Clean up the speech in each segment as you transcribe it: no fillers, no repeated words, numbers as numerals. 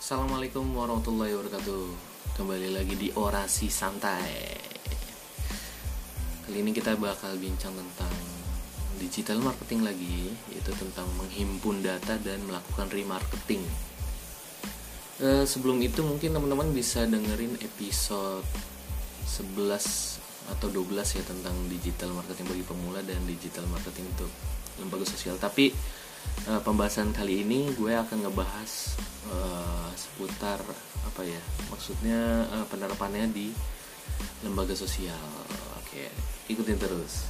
Assalamualaikum warahmatullahi wabarakatuh. Kembali lagi di Orasi Santai. Kali ini kita bakal bincang tentang digital marketing lagi, yaitu tentang menghimpun data dan melakukan remarketing. Sebelum itu mungkin teman-teman bisa dengerin episode 11 atau 12 ya, tentang digital marketing bagi pemula dan digital marketing untuk lembaga sosial. Tapi pembahasan kali ini gue akan ngebahas seputar apa ya, maksudnya penerapannya di lembaga sosial. Oke, ikutin terus.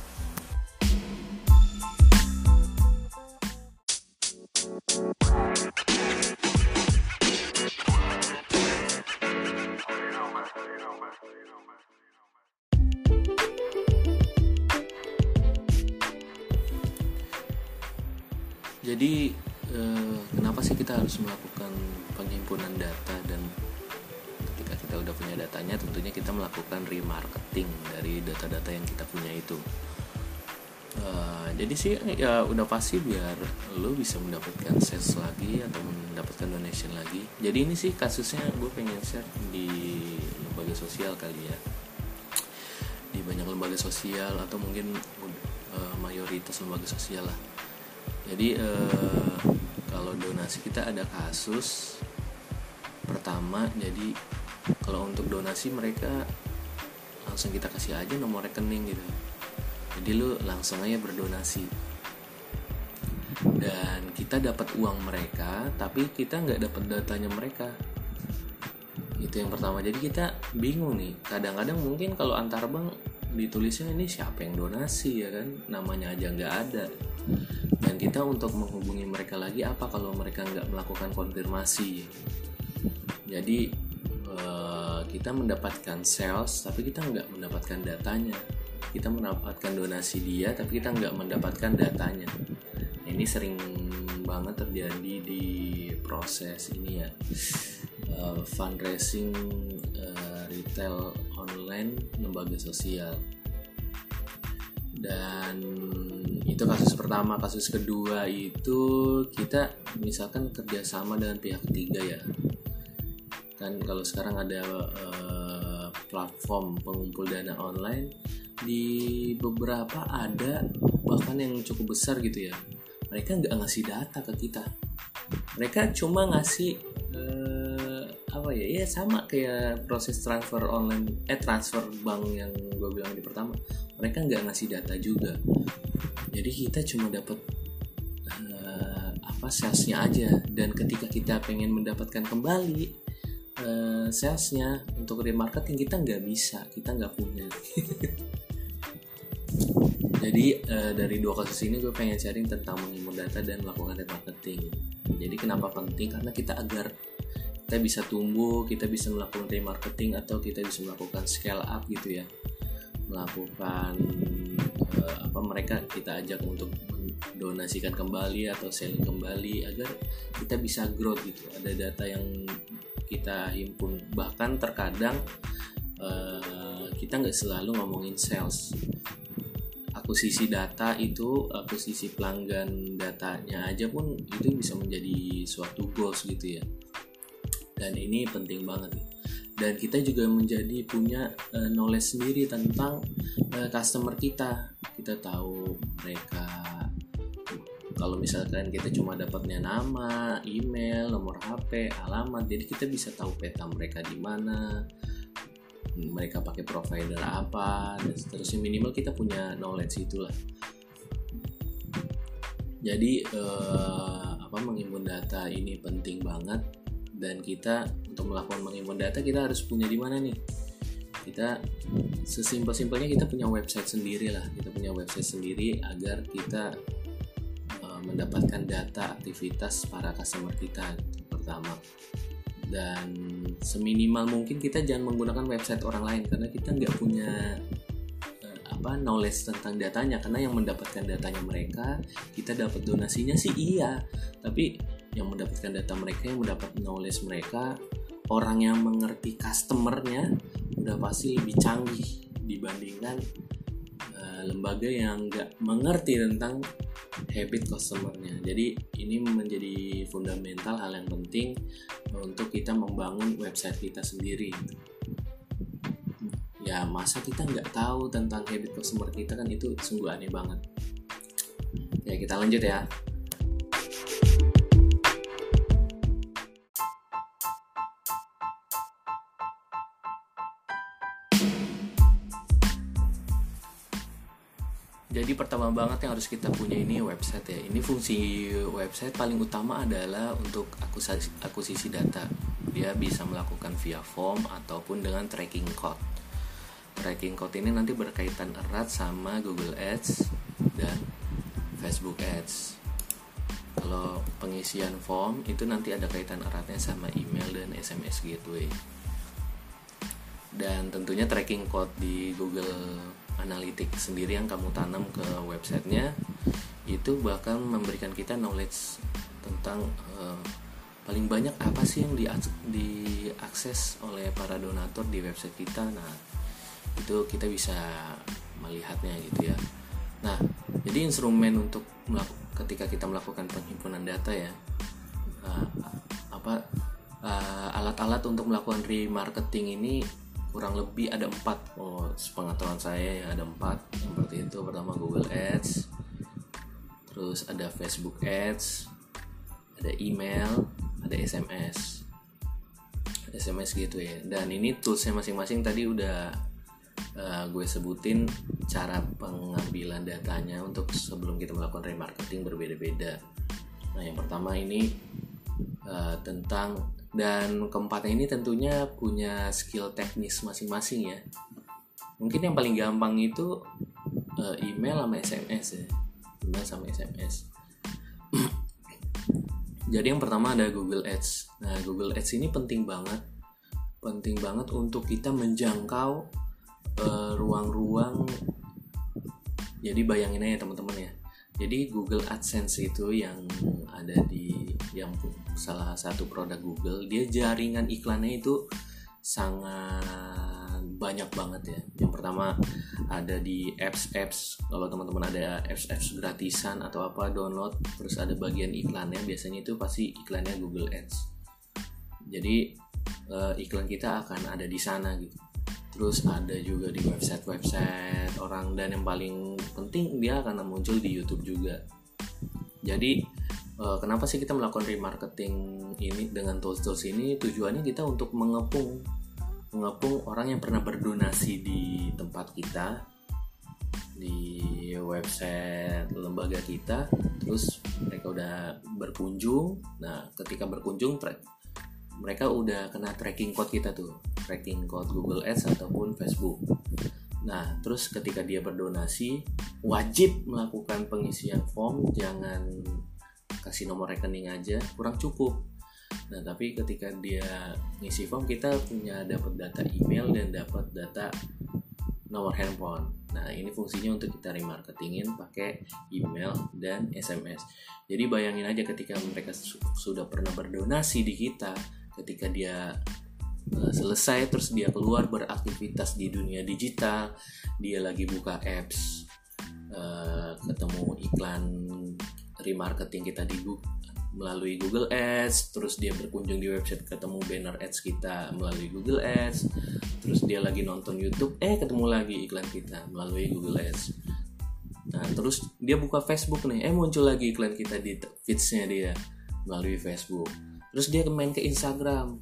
Jadi kenapa sih kita harus melakukan penghimpunan data, dan ketika kita udah punya datanya tentunya kita melakukan remarketing dari data-data yang kita punya itu. Jadi sih ya udah pasti biar lo bisa mendapatkan sales lagi atau mendapatkan donation lagi. Jadi ini sih kasusnya gue pengen share di lembaga sosial kali ya, di banyak lembaga sosial atau mungkin mayoritas lembaga sosial lah. Jadi kalau donasi kita ada kasus pertama. Jadi kalau untuk donasi mereka langsung kita kasih aja nomor rekening gitu. Jadi lu langsung aja berdonasi dan kita dapat uang mereka, tapi kita nggak dapat datanya mereka. Itu yang pertama. Jadi kita bingung nih. Kadang-kadang mungkin kalau antar bank ditulisnya ini siapa yang donasi ya kan, namanya aja nggak ada. Dan kita untuk menghubungi mereka lagi apa kalau mereka nggak melakukan konfirmasi. Jadi kita mendapatkan sales tapi kita nggak mendapatkan datanya. Kita mendapatkan donasi dia tapi kita nggak mendapatkan datanya. Nah, ini sering banget terjadi di proses ini ya, fundraising retail online lembaga sosial. Dan itu kasus pertama. Kasus kedua itu kita misalkan kerjasama dengan pihak ketiga ya kan. Kalau sekarang ada platform pengumpul dana online, di beberapa ada bahkan yang cukup besar gitu ya, mereka nggak ngasih data ke kita. Mereka cuma ngasih apa ya, sama kayak proses transfer online, transfer bank yang gue bilang di pertama. Mereka nggak ngasih data juga. Jadi kita cuma dapat salesnya aja. Dan ketika kita pengen mendapatkan kembali salesnya untuk remarketing, kita nggak bisa, kita nggak punya. Jadi dari dua kasus ini gue pengen sharing tentang menghimpun data dan melakukan remarketing. Jadi kenapa penting? Karena kita agar kita bisa tumbuh, kita bisa melakukan remarketing atau kita bisa melakukan scale up gitu ya, melakukan mereka kita ajak untuk mendonasikan kembali atau selling kembali agar kita bisa growth gitu. Ada data yang kita himpun. Bahkan terkadang kita nggak selalu ngomongin sales. Akuisisi data itu, akuisisi pelanggan datanya aja pun itu bisa menjadi suatu goals gitu ya. Dan ini penting banget ya. Dan kita juga menjadi punya knowledge sendiri tentang customer kita. Kita tahu mereka, kalau misalkan kita cuma dapatnya nama, email, nomor HP, alamat, jadi kita bisa tahu peta mereka di mana, mereka pakai provider apa, dan seterusnya. Minimal kita punya knowledge itulah. Jadi menghimpun data ini penting banget. Dan kita untuk melakukan menghimpun data kita harus punya di mana nih? Kita sesimpel-simpelnya kita punya website sendiri lah. Kita punya website sendiri agar kita mendapatkan data aktivitas para customer kita pertama. Dan seminimal mungkin kita jangan menggunakan website orang lain, karena kita nggak punya knowledge tentang datanya. Karena yang mendapatkan datanya mereka, kita dapat donasinya sih iya, tapi yang mendapatkan data mereka, yang mendapat knowledge mereka, orang yang mengerti customernya udah pasti lebih canggih dibandingkan lembaga yang nggak mengerti tentang habit customer-nya. Jadi ini menjadi fundamental, hal yang penting untuk kita membangun website kita sendiri. Ya masa kita nggak tahu tentang habit customer kita, kan itu sungguh aneh banget. Ya kita lanjut ya. Jadi pertama banget yang harus kita punya ini website ya. Ini fungsi website paling utama adalah untuk akuisisi data. Dia bisa melakukan via form ataupun dengan tracking code. Tracking code ini nanti berkaitan erat sama Google Ads dan Facebook Ads. Kalau pengisian form itu nanti ada kaitan eratnya sama email dan SMS gateway. Dan tentunya tracking code di Google Analytics sendiri yang kamu tanam ke websitenya itu bakal memberikan kita knowledge tentang paling banyak apa sih yang diakses oleh para donatur di website kita. Nah itu kita bisa melihatnya gitu ya. Nah jadi instrumen untuk ketika kita melakukan penghimpunan data ya, alat-alat untuk melakukan remarketing ini kurang lebih ada 4. Sepengetahuan saya ya ada 4. Yang seperti itu, pertama Google Ads, terus ada Facebook Ads, ada email, ada SMS gitu ya. Dan ini toolsnya masing-masing tadi udah gue sebutin cara pengambilan datanya untuk sebelum kita melakukan remarketing berbeda-beda. Nah yang pertama ini tentang, dan keempatnya ini tentunya punya skill teknis masing-masing ya. Mungkin yang paling gampang itu email sama SMS ya. Email sama SMS. Jadi yang pertama ada Google Ads. Nah Google Ads ini penting banget untuk kita menjangkau ruang-ruang. Jadi bayangin aja teman-teman ya. Jadi Google AdSense itu yang ada yang salah satu produk Google, dia jaringan iklannya itu sangat banyak banget ya. Yang pertama ada di apps, kalau teman-teman ada apps gratisan atau apa download, terus ada bagian iklannya, biasanya itu pasti iklannya Google Ads. Jadi iklan kita akan ada di sana gitu. Terus ada juga di website orang, dan yang paling penting dia akan muncul di YouTube juga. Jadi kenapa sih kita melakukan remarketing ini dengan tools-tools ini? Tujuannya kita untuk mengepung orang yang pernah berdonasi di tempat kita, di website lembaga kita, terus mereka udah berkunjung. Nah ketika berkunjung mereka udah kena tracking code kita tuh, tracking code Google Ads ataupun Facebook. Nah, terus ketika dia berdonasi, wajib melakukan pengisian form, jangan kasih nomor rekening aja, kurang cukup. Nah, tapi ketika dia ngisi form, kita punya dapat data email dan dapat data nomor handphone. Nah, ini fungsinya untuk kita remarketingin pakai email dan SMS. Jadi bayangin aja ketika mereka sudah pernah berdonasi di kita, ketika dia selesai terus dia keluar beraktivitas di dunia digital, dia lagi buka apps, ketemu iklan remarketing kita melalui Google Ads, terus dia berkunjung di website ketemu banner ads kita melalui Google Ads, terus dia lagi nonton YouTube ketemu lagi iklan kita melalui Google Ads. Nah terus dia buka Facebook nih, muncul lagi iklan kita di feeds-nya dia melalui Facebook. Terus dia main ke Instagram,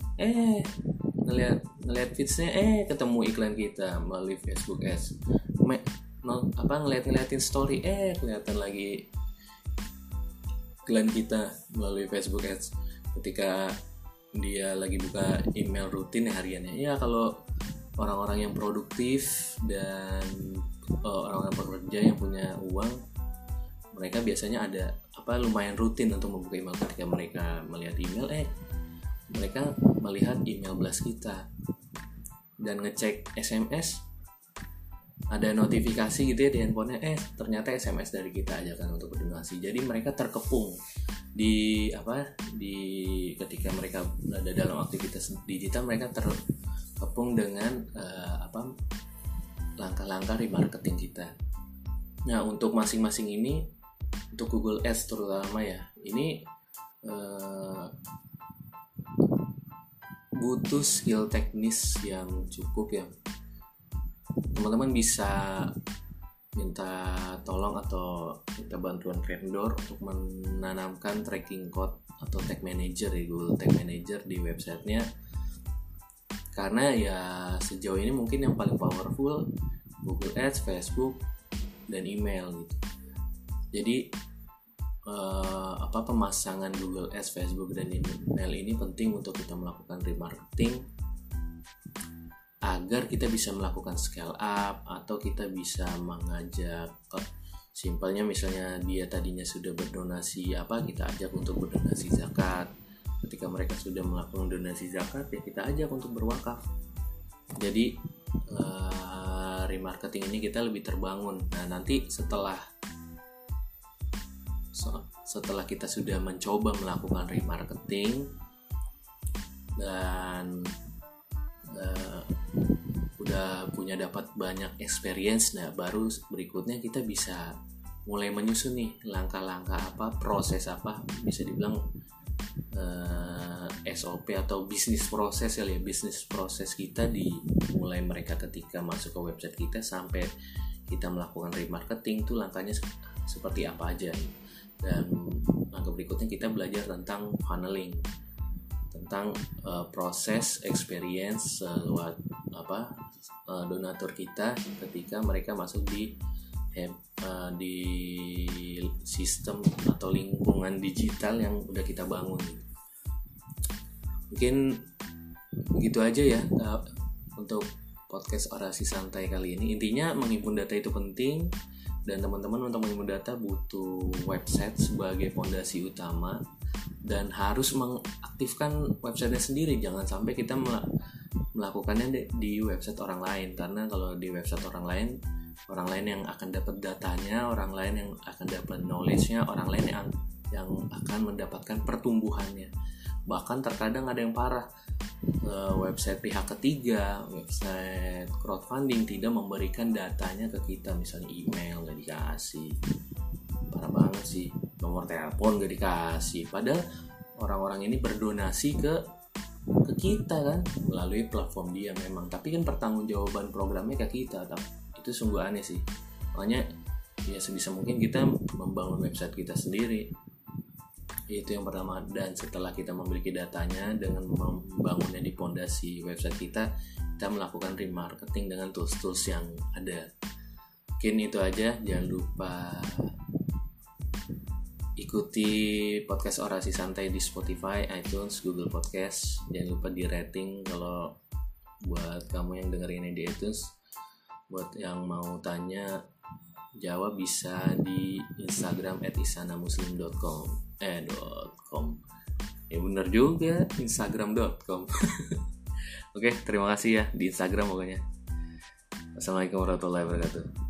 ngeliat feeds-nya, ketemu iklan kita melalui Facebook Ads. Ngeliatin story, kelihatan lagi iklan kita melalui Facebook Ads. Ketika dia lagi buka email rutin hariannya, ya kalau orang-orang yang produktif dan orang-orang pekerja yang punya uang, mereka biasanya ada lumayan rutin untuk membuka email. Ketika mereka melihat email, mereka melihat email blast kita dan ngecek SMS, ada notifikasi gitu ya di handphonenya, ternyata SMS dari kita ajakan untuk berdonasi. Jadi mereka terkepung di ketika mereka ada dalam aktivitas digital, mereka terkepung dengan langkah-langkah remarketing kita. Nah untuk masing-masing ini untuk Google Ads terutama ya, ini butuh skill teknis yang cukup ya. Teman-teman bisa minta tolong atau minta bantuan vendor untuk menanamkan tracking code atau tag manager ya, Google Tag Manager di websitenya, karena ya sejauh ini mungkin yang paling powerful Google Ads, Facebook, dan email gitu. Jadi pemasangan Google Ads, Facebook, dan email ini penting untuk kita melakukan remarketing agar kita bisa melakukan scale up, atau kita bisa mengajak, simpelnya misalnya dia tadinya sudah berdonasi kita ajak untuk berdonasi zakat. Ketika mereka sudah melakukan donasi zakat, ya kita ajak untuk berwakaf. Jadi remarketing ini kita lebih terbangun. Nah, nanti setelah kita sudah mencoba melakukan remarketing dan udah punya dapat banyak experience, nah baru berikutnya kita bisa mulai menyusun nih langkah-langkah proses bisa dibilang SOP atau bisnis proses ya, bisnis proses kita dimulai mereka ketika masuk ke website kita sampai kita melakukan remarketing tuh langkahnya seperti apa aja. Dan langkah berikutnya kita belajar tentang funneling, tentang proses experience lewat donatur kita ketika mereka masuk di sistem atau lingkungan digital yang udah kita bangun. Mungkin begitu aja ya untuk podcast Orasi Santai kali ini. Intinya menghimpun data itu penting, dan teman-teman untuk menghimpun data butuh website sebagai fondasi utama dan harus mengaktifkan websitenya sendiri. Jangan sampai kita melakukannya di website orang lain, karena kalau di website orang lain yang akan dapat datanya, orang lain yang akan dapat knowledge-nya, orang lain yang akan mendapatkan pertumbuhannya. Bahkan terkadang ada yang parah, website pihak ketiga, website crowdfunding tidak memberikan datanya ke kita, misalnya email gak dikasih, parah banget sih, nomor telepon gak dikasih, padahal orang-orang ini berdonasi ke kita kan melalui platform dia memang, tapi kan pertanggungjawaban programnya ke kita. Itu sungguh aneh sih. Makanya ya sebisa mungkin kita membangun website kita sendiri, itu yang pertama. Dan setelah kita memiliki datanya, dengan membangunnya di pondasi website kita melakukan remarketing dengan tools-tools yang ada. Mungkin itu aja. Jangan lupa ikuti podcast Orasi Santai di Spotify, iTunes, Google Podcast. Jangan lupa di rating kalau buat kamu yang dengerin ini di iTunes. Buat yang mau tanya jawab bisa di Instagram @isanamuslim.com. .com. Ya bener juga, instagram.com. Oke, terima kasih ya di Instagram pokoknya. Assalamualaikum warahmatullahi wabarakatuh.